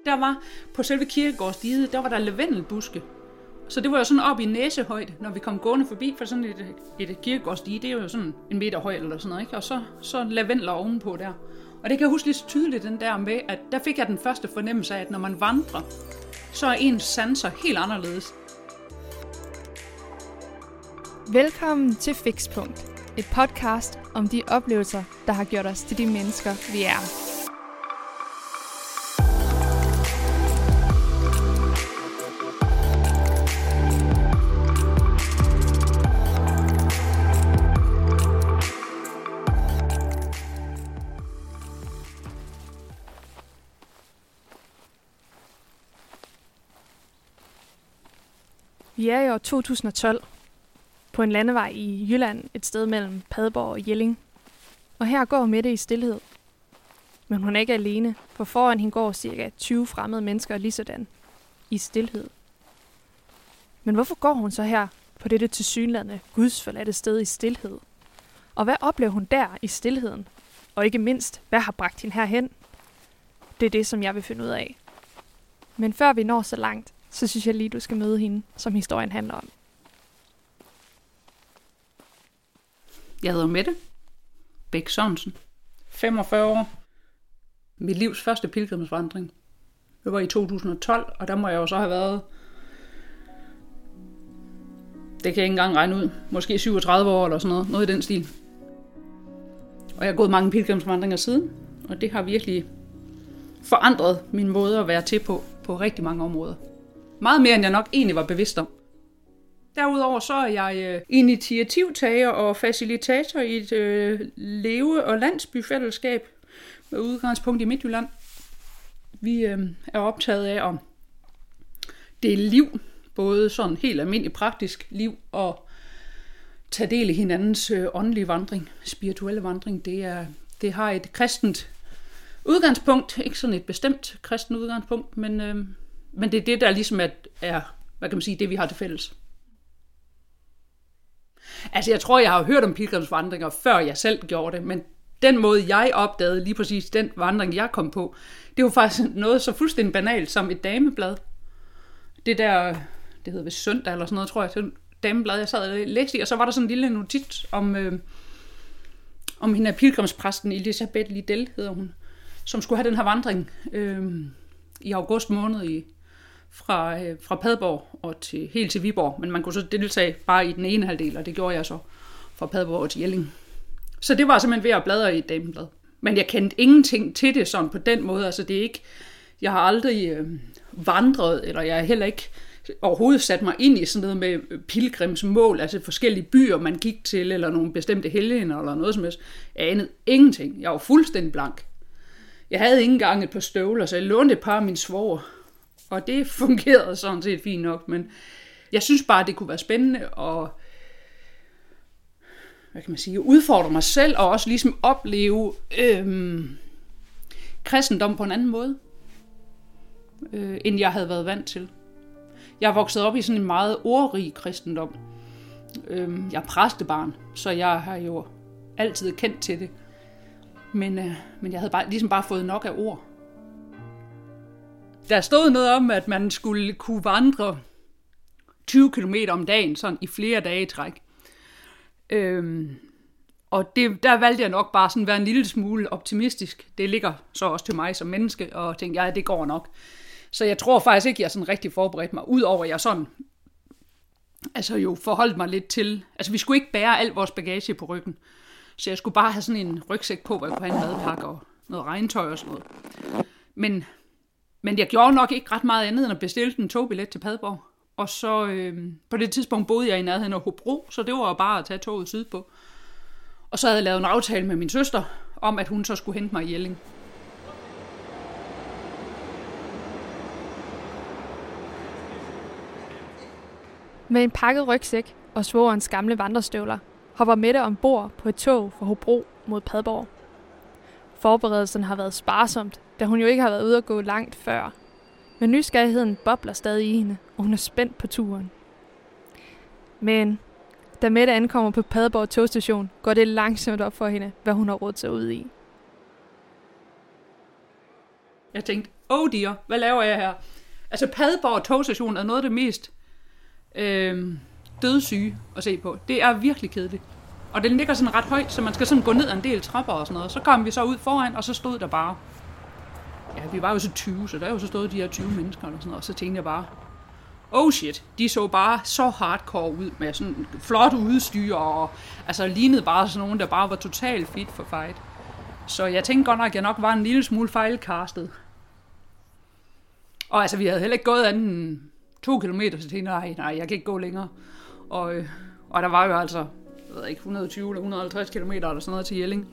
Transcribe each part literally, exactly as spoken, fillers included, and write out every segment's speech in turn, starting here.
der var på selve kirkegårdsdiget, der var der lavendelbuske. Så det var jo sådan op i næsehøjde, når vi kom gående forbi, for sådan et, et kirkegårdsdige, det er jo sådan en meter højt eller sådan noget, ikke? Og så, så lavendler ovenpå der. Og det kan jeg huske lidt tydeligt, den der med, at der fik jeg den første fornemmelse af, at når man vandrer, så er ens sanser helt anderledes. Velkommen til Fikspunkt, et podcast om de oplevelser, der har gjort os til de mennesker, vi er. Vi er i år to tusind og tolv på en landevej i Jylland, et sted mellem Padborg og Jelling. Og her går Mette i stilhed. Men hun er ikke alene, for foran hende går cirka tyve fremmede mennesker ligesådan i stilhed. Men hvorfor går hun så her på dette tilsyneladende gudsforladte sted i stilhed? Og hvad oplever hun der i stilheden? Og ikke mindst, hvad har bragt hende herhen? Det er det, som jeg vil finde ud af. Men før vi når så langt, så synes jeg lige, du skal møde hende, som historien handler om. Jeg hedder Mette Bæk Sørensen, femogfyrre år. Mit livs første pilgrimsvandring. Det var i to tusind og tolv, og der må jeg jo så have været, det kan jeg ikke engang regne ud, måske syvogtredive år eller sådan noget, noget i den stil. Og jeg har gået mange pilgrimsvandringer siden, og det har virkelig forandret min måde at være til på, på rigtig mange områder. Meget mere, end jeg nok egentlig var bevidst om. Derudover så er jeg initiativtager og facilitator i et øh, leve- og landsbyfællesskab med udgangspunkt i Midtjylland. Vi øh, er optaget af at dele liv, både sådan helt almindelig praktisk liv og tage del i hinandens øh, åndelige vandring, spirituelle vandring. Det, er, det har et kristent udgangspunkt, ikke sådan et bestemt kristent udgangspunkt, men, øh, men det er det, der ligesom er, er, hvad kan man sige, det vi har til fælles. Altså, jeg tror, jeg har hørt om pilgrimsvandringer, før jeg selv gjorde det, men den måde, jeg opdagede lige præcis den vandring, jeg kom på, det var faktisk noget så fuldstændig banalt som et dameblad. Det der, det hedder vist Søndag eller sådan noget, tror jeg, det dameblad, jeg sad og læste i, og så var der sådan en lille notits om, øh, om hende af pilgrimspræsten, Elisabeth Liddell hedder hun, som skulle have den her vandring øh, i august måned i Fra, øh, fra Padborg og til, helt til Viborg, men man kunne så deltage bare i den ene halvdel, og det gjorde jeg så fra Padborg og til Jelling. Så det var simpelthen ved at bladre i et dameblad. Men jeg kendte ingenting til det sådan på den måde, altså det er ikke, jeg har aldrig øh, vandret, eller jeg har heller ikke overhovedet sat mig ind i sådan noget med pilgrimsmål, altså forskellige byer, man gik til, eller nogle bestemte helgener, eller noget som helst. Jeg anede ingenting. Jeg var fuldstændig blank. Jeg havde ikke engang et par støvler, så jeg lånte et par af mine svoger. Og det fungerede sådan set fint nok, men jeg synes bare, det kunne være spændende at, hvad kan man sige, udfordre mig selv, og også ligesom opleve øhm, kristendom på en anden måde, øh, end jeg havde været vant til. Jeg er vokset op i sådan en meget ordrig kristendom. Øh, jeg er præstebarn, så jeg har jo altid kendt til det. Men, øh, men jeg havde bare, ligesom bare fået nok af ord. Der stod noget om, at man skulle kunne vandre tyve kilometer om dagen, sådan i flere dage i træk. Øhm, og det, der valgte jeg nok bare sådan at være en lille smule optimistisk. Det ligger så også til mig som menneske, og tænkte, ja, det går nok. Så jeg tror faktisk ikke, jeg sådan rigtig forberedt mig, udover at jeg sådan, altså jo forholdt mig lidt til, altså vi skulle ikke bære al vores bagage på ryggen. Så jeg skulle bare have sådan en rygsæk på, hvor jeg kunne have en madpakke og noget regntøj og sådan noget. Men Men jeg gjorde nok ikke ret meget andet, end at bestille en togbillet til Padborg. Og så øh, på det tidspunkt boede jeg i nærheden af Hobro, så det var bare at tage toget sydpå. Og så havde jeg lavet en aftale med min søster, om at hun så skulle hente mig i Jelling. Med en pakket rygsæk og svogerens gamle vandrestøvler, hopper Mette ombord på et tog fra Hobro mod Padborg. Forberedelsen har været sparsomt, da hun jo ikke har været ude at gå langt før. Men nysgerrigheden bobler stadig i hende, og hun er spændt på turen. Men da Mette ankommer på Padborg togstation, går det langsomt op for hende, hvad hun har råd til ud i. Jeg tænkte, oh dear, hvad laver jeg her? Altså Padborg togstation er noget af det mest øh, dødssyge at se på. Det er virkelig kedeligt. Og den ligger sådan ret højt, så man skal sådan gå ned ad en del trapper og sådan noget. Så kom vi så ud foran, og så stod der bare... Ja, vi var jo så tyve, så der er jo så stået de her tyve mennesker eller sådan noget. Og så tænkte jeg bare, oh shit, de så bare så hardcore ud med sådan flot udstyr, og altså lignede bare sådan nogen, der bare var totalt fit for fight. Så jeg tænkte godt nok, at jeg nok var en lille smule fejlkastet. Og altså, vi havde heller ikke gået anden to kilometer, så tænkte jeg, nej, nej, jeg kan ikke gå længere. Og, øh, og der var jo altså, jeg ved ikke, et hundrede og tyve eller et hundrede og halvtreds kilometer eller sådan noget til Jelling.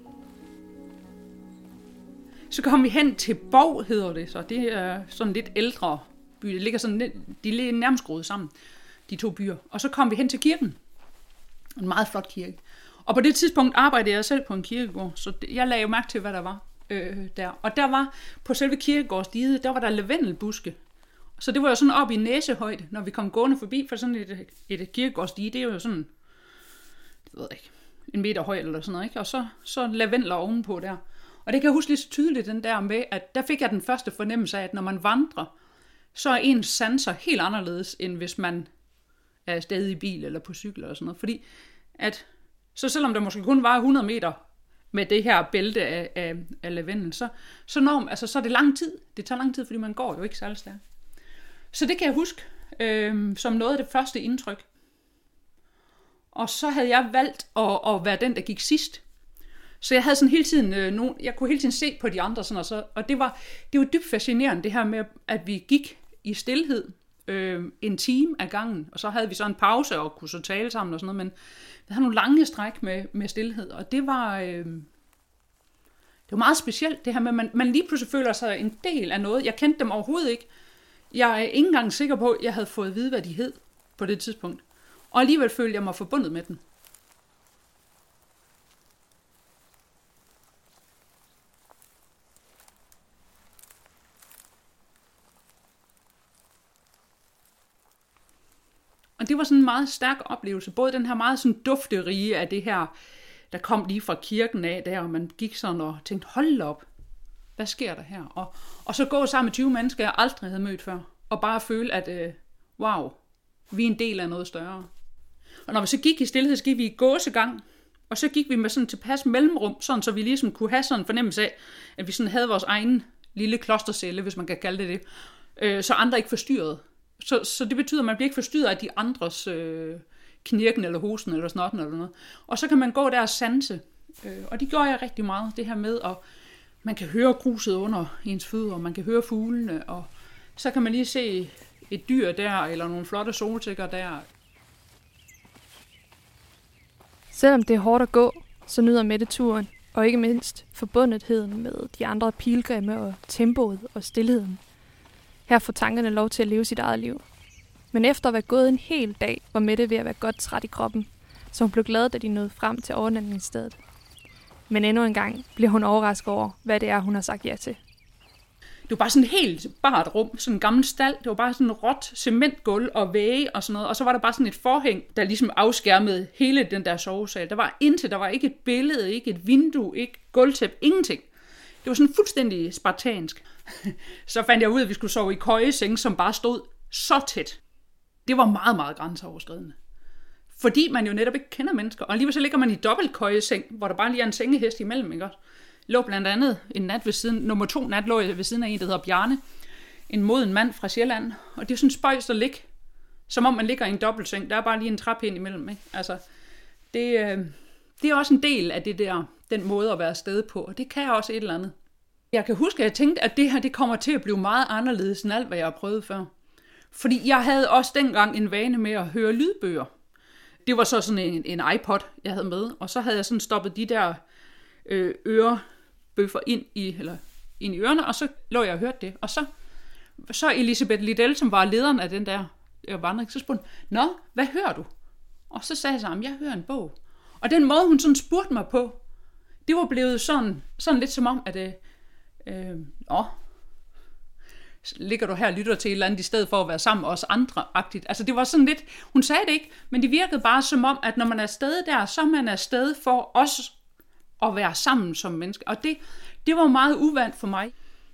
Så kom vi hen til Bov, hedder det, så det er sådan lidt ældre by. Det ligger sådan lidt, de er nærmest skruet sammen, de to byer. Og så kom vi hen til kirken. En meget flot kirke. Og på det tidspunkt arbejdede jeg selv på en kirkegård, så jeg lagde jo mærke til, hvad der var øh, der. Og der var på selve kirkegårdsdiget, der var der lavendelbuske. Så det var jo sådan op i næsehøjde, når vi kom gående forbi, for sådan et, et kirkegårdsdige, det er jo sådan, det ved jeg ikke, en meter høj eller sådan noget, ikke? Og så, så lavendler ovenpå der. Og det kan jeg huske lige så tydeligt, den der med, at der fik jeg den første fornemmelse af, at når man vandrer, så er ens sanser helt anderledes, end hvis man er stadig i bil eller på cykel eller sådan noget. Fordi at, så selvom der måske kun var hundrede meter med det her bælte af, af, af lavendel, så, så, når, altså, så er det lang tid. Det tager lang tid, fordi man går jo ikke særlig stærkt. Så det kan jeg huske øh, som noget af det første indtryk. Og så havde jeg valgt at, at være den, der gik sidst. Så jeg havde sådan hele tiden, øh, nogen, jeg kunne hele tiden se på de andre, sådan, og, så, og det var det var dybt fascinerende, det her med, at vi gik i stilhed øh, en time ad gangen, og så havde vi så en pause og kunne så tale sammen og sådan noget, men vi havde nogle lange stræk med, med stilhed, og det var, øh, det var meget specielt, det her med, at man, man lige pludselig føler sig en del af noget. Jeg kendte dem overhovedet ikke. Jeg er ikke engang sikker på, at jeg havde fået at vide, hvad de hed på det tidspunkt, og alligevel følte jeg mig forbundet med dem. Og det var sådan en meget stærk oplevelse. Både den her meget sådan dufterige af det her, der kom lige fra kirken af der, og man gik sådan og tænkte, hold op, hvad sker der her? Og, og så gå sammen med tyve mennesker, jeg aldrig havde mødt før, og bare føle, at øh, wow, vi er en del af noget større. Og når vi så gik i stilhed, så gik vi i gåsegang, og så gik vi med sådan tilpas mellemrum, sådan så vi ligesom kunne have sådan en fornemmelse af, at vi sådan havde vores egen lille klostercelle, hvis man kan kalde det det, øh, så andre ikke forstyrrede. Så, så det betyder, at man bliver ikke forstyrret af de andres øh, knirken eller hosten eller snotten eller noget. Og så kan man gå der og sanse. Øh, og det gjorde jeg rigtig meget, det her med, at man kan høre gruset under ens fødder, og man kan høre fuglene, og så kan man lige se et dyr der, eller nogle flotte solsikker der. Selvom det er hårdt at gå, så nyder Mette turen, og ikke mindst forbundetheden med de andre pilgrimme og tempoet og stilheden. Her får tankerne lov til at leve sit eget liv. Men efter at være gået en hel dag, var Mette ved at være godt træt i kroppen, så hun blev glad, da de nåede frem til overnatningsstedet. Men endnu en gang bliver hun overrasket over, hvad det er, hun har sagt ja til. Det var bare sådan et helt bart rum, sådan en gammel stald. Det var bare sådan en råt cementgulv og vægge og sådan noget. Og så var der bare sådan et forhæng, der ligesom afskærmede hele den der sovesal. Der var intet, der var ikke et billede, ikke et vindue, ikke gulvtæppe, ingenting. Det var sådan fuldstændig spartansk. Så fandt jeg ud af, at vi skulle sove i køjeseng, som bare stod så tæt. Det var meget, meget grænseoverskridende. Fordi man jo netop ikke kender mennesker. Og alligevel så ligger man i dobbelt køjeseng, hvor der bare lige er en sengehest imellem, ikke også? Lå blandt andet en nat ved siden, nummer to nat lå jeg ved siden af en, der hedder Bjarne. En moden mand fra Sjælland. Og det er sådan spøjst at ligge, som om man ligger i en dobbeltseng. Der er bare lige en trappind imellem, ikke? Altså, det, øh, det er også en del af det der, den måde at være afsted på. Og det kan også et eller andet. Jeg kan huske, at jeg tænkte, at det her det kommer til at blive meget anderledes end alt, hvad jeg har prøvet før. Fordi jeg havde også dengang en vane med at høre lydbøger. Det var så sådan en, en iPod, jeg havde med. Og så havde jeg sådan stoppet de der øh, ørebøffer ind i, eller ind i ørerne, og så lå jeg og hørte det. Og så, så Elisabeth Liddell, som var lederen af den der vandring, så spurgte hun, nå, hvad hører du? Og så sagde jeg så, jeg hører en bog. Og den måde, hun sådan spurgte mig på, det var blevet sådan, sådan lidt som om, at øh, øh, åh, ligger du her og lytter til et eller andet i stedet for at være sammen med os andre-agtigt. Altså det var sådan lidt, hun sagde det ikke, men det virkede bare som om, at når man er afsted der, så er man afsted for os at være sammen som mennesker. Og det, det var meget uvant for mig.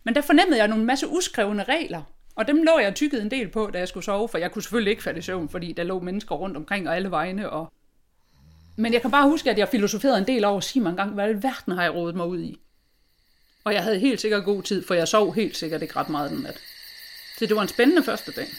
Men der fornemmede jeg nogle masse uskrevne regler, og dem lå jeg tykket en del på, da jeg skulle sove, for jeg kunne selvfølgelig ikke falde i søvn, fordi der lå mennesker rundt omkring og alle vegne. Og... Men jeg kan bare huske, at jeg filosoferede en del over at sige mig en gang, hvad i verden har jeg rodet mig ud i? Og jeg havde helt sikkert god tid, for jeg sov helt sikkert ikke ret meget den nat. Så det var en spændende første dag.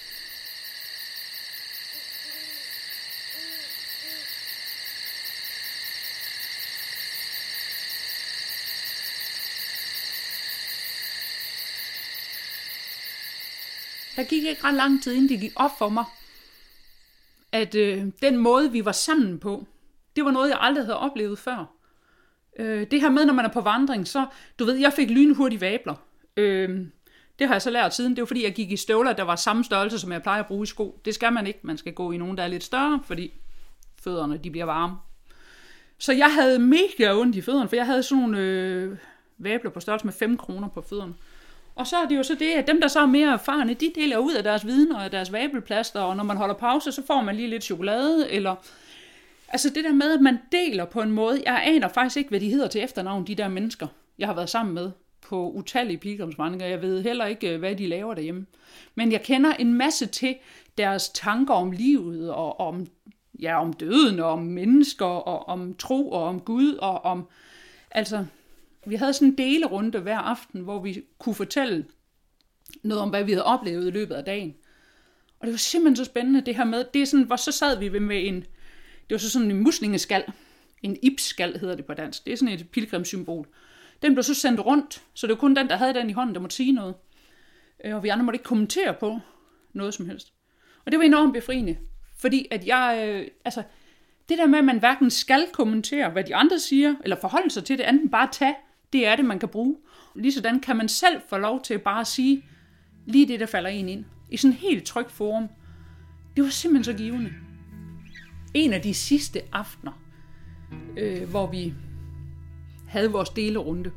Der gik ikke ret lang tid, inden det gik op for mig, at øh, den måde, vi var sammen på, det var noget, jeg aldrig havde oplevet før. Øh, det her med, når man er på vandring, så, du ved, jeg fik lynhurtige vabler. Øh, det har jeg så lært siden. Det var fordi, jeg gik i støvler, der var samme størrelse, som jeg plejer at bruge i sko. Det skal man ikke. Man skal gå i nogen, der er lidt større, fordi fødderne, de bliver varme. Så jeg havde mega ondt i fødderne, for jeg havde sådan nogle øh, vabler på størrelse med fem kroner på fødderne. Og så er det jo så det, at dem, der så er mere erfarne, de deler ud af deres viden og af deres vabelplaster, og når man holder pause, så får man lige lidt chokolade, eller... Altså det der med, at man deler på en måde, jeg aner faktisk ikke, hvad de hedder til efternavn, de der mennesker, jeg har været sammen med på utallige pilgrimsvandringer. Jeg ved heller ikke, hvad de laver derhjemme. Men jeg kender en masse til deres tanker om livet, og om, ja, om døden, og om mennesker, og om tro, og om Gud, og om... Altså... Vi havde sådan en delerunde hver aften, hvor vi kunne fortælle noget om, hvad vi havde oplevet i løbet af dagen. Og det var simpelthen så spændende, det her med, det er sådan, hvor så sad vi med en, det var så sådan en muslingeskal, en ipskal hedder det på dansk, det er sådan et pilgrimssymbol. Den blev så sendt rundt, så det var kun den, der havde den i hånden, der måtte sige noget. Og vi andre måtte ikke kommentere på noget som helst. Og det var enormt befriende, fordi at jeg, øh, altså, det der med, at man hverken skal kommentere, hvad de andre siger, eller forholde sig til det, andet bare tage, det er det, man kan bruge. Ligesådan kan man selv få lov til at bare sige lige det, der falder en ind. I sådan en helt tryg forum. Det var simpelthen så givende. En af de sidste aftener, øh, hvor vi havde vores delerunde.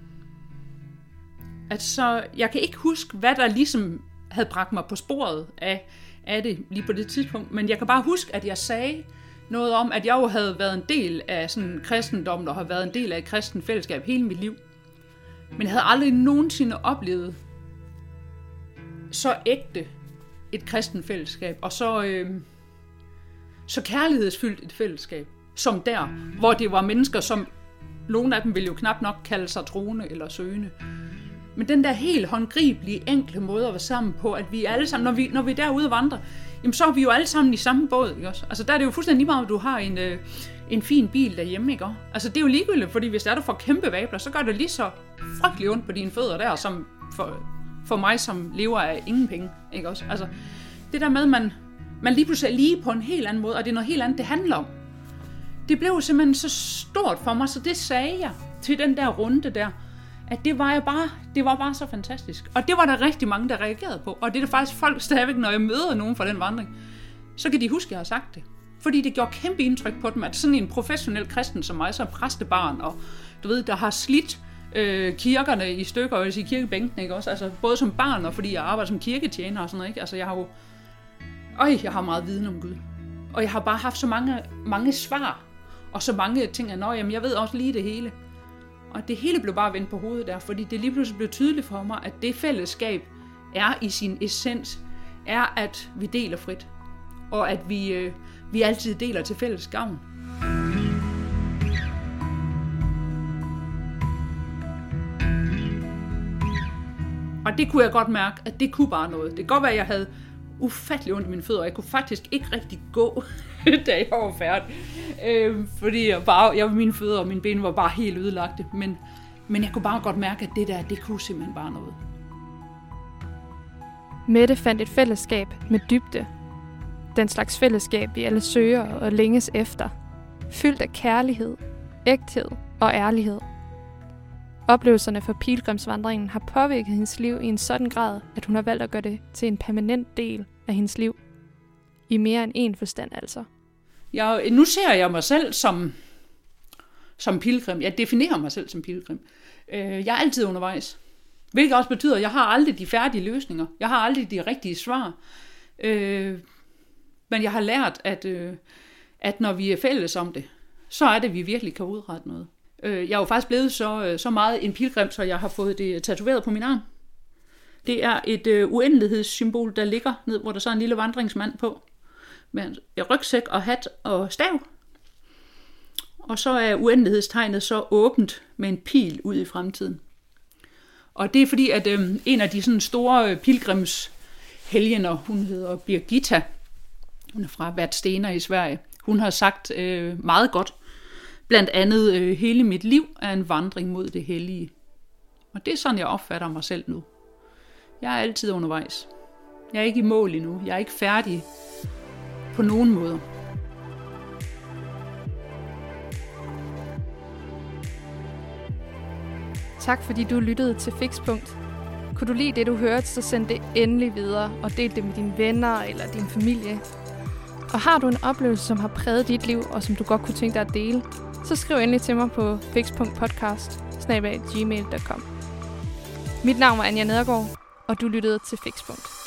Altså, jeg kan ikke huske, hvad der ligesom havde bragt mig på sporet af, af det lige på det tidspunkt, men jeg kan bare huske, at jeg sagde noget om, at jeg jo havde været en del af sådan kristendom, og har været en del af et kristent fællesskab hele mit liv. Men jeg havde aldrig nogensinde oplevet så ægte et kristent fællesskab, og så, øh, så kærlighedsfyldt et fællesskab, som der, hvor det var mennesker, som nogle af dem ville jo knap nok kalde sig troende eller søgende. Men den der helt håndgribelige, enkle måde at være sammen på, at vi alle sammen, når vi, når vi er derude og vandrer, jamen så er vi jo alle sammen i samme båd, ikke også? Altså der er det jo fuldstændig lige meget, at du har en, øh, en fin bil derhjemme, ikke også? Altså det er jo ligegyldigt, fordi hvis der er, du får kæmpe vabler, så gør det lige så frygtelig ondt på dine fødder der, som for, for mig, som lever af ingen penge, ikke også? Altså det der med, at man, man lige pludselig er lige på en helt anden måde, og det er noget helt andet, det handler om. Det blev simpelthen så stort for mig, så det sagde jeg til den der runde der, at det var, jeg bare, det var bare så fantastisk. Og det var der rigtig mange, der reagerede på. Og det er der faktisk folk stadigvæk, når jeg møder nogen fra den vandring, så kan de huske, at jeg har sagt det. Fordi det gjorde kæmpe indtryk på dem, at sådan en professionel kristen som mig, så er præstebarn, og du ved, der har slidt øh, kirkerne i stykker, og i kirkebænken, ikke også? Altså både som barn, og fordi jeg arbejder som kirketjener og sådan noget, ikke? Altså jeg har jo, øj, jeg har meget viden om Gud. Og jeg har bare haft så mange, mange svar, og så mange ting, at nå, jamen jeg ved også lige det hele. Og det hele blev bare vendt på hovedet der, fordi det lige pludselig blev tydeligt for mig, at det fællesskab er i sin essens, er at vi deler frit. Og at vi, øh, vi altid deler til fælles gavn. Og det kunne jeg godt mærke, at det kunne bare noget. Det kan godt være, at jeg havde ufattelig ondt i mine fødder, og jeg kunne faktisk ikke rigtig gå, da jeg var færdig. Øh, fordi jeg bare, jeg, mine fødder og mine ben var bare helt ødelagte. Men, men jeg kunne bare godt mærke, at det der, det kunne simpelthen bare noget. Mette fandt et fællesskab med dybde. Den slags fællesskab, vi alle søger og længes efter. Fyldt af kærlighed, ægthed og ærlighed. Oplevelserne for pilgrimsvandringen har påvirket hendes liv i en sådan grad, at hun har valgt at gøre det til en permanent del af hendes liv. I mere end én forstand altså. Jeg, nu ser jeg mig selv som, som pilgrim. Jeg definerer mig selv som pilgrim. Jeg er altid undervejs. Hvilket også betyder, at jeg har aldrig de færdige løsninger. Jeg har aldrig de rigtige svar. Men jeg har lært, at, at når vi er fælles om det, så er det, at vi virkelig kan udrette noget. Jeg er jo faktisk blevet så, så meget en pilgrim, så jeg har fået det tatoveret på min arm. Det er et øh, uendelighedssymbol, der ligger ned, hvor der så er en lille vandringsmand på, med en rygsæk og hat og stav. Og så er uendelighedstegnet så åbent med en pil ud i fremtiden. Og det er fordi, at øh, en af de sådan store pilgrimshelgener, hun hedder Birgitta, hun er fra Vadstena i Sverige, hun har sagt øh, meget godt. Blandt andet, øh, hele mit liv er en vandring mod det hellige. Og det er sådan, jeg opfatter mig selv nu. Jeg er altid undervejs. Jeg er ikke i mål endnu. Jeg er ikke færdig på nogen måde. Tak fordi du lyttede til Fikspunkt. Kunne du lide det, du hørte, så send det endelig videre og del det med dine venner eller din familie. Og har du en oplevelse, som har præget dit liv, og som du godt kunne tænke dig at dele, så skriv endelig til mig på fikspunktpodcast snabel-a gmail punktum com. Mit navn er Anja Nedergaard, og du lyttede til Fikspunkt.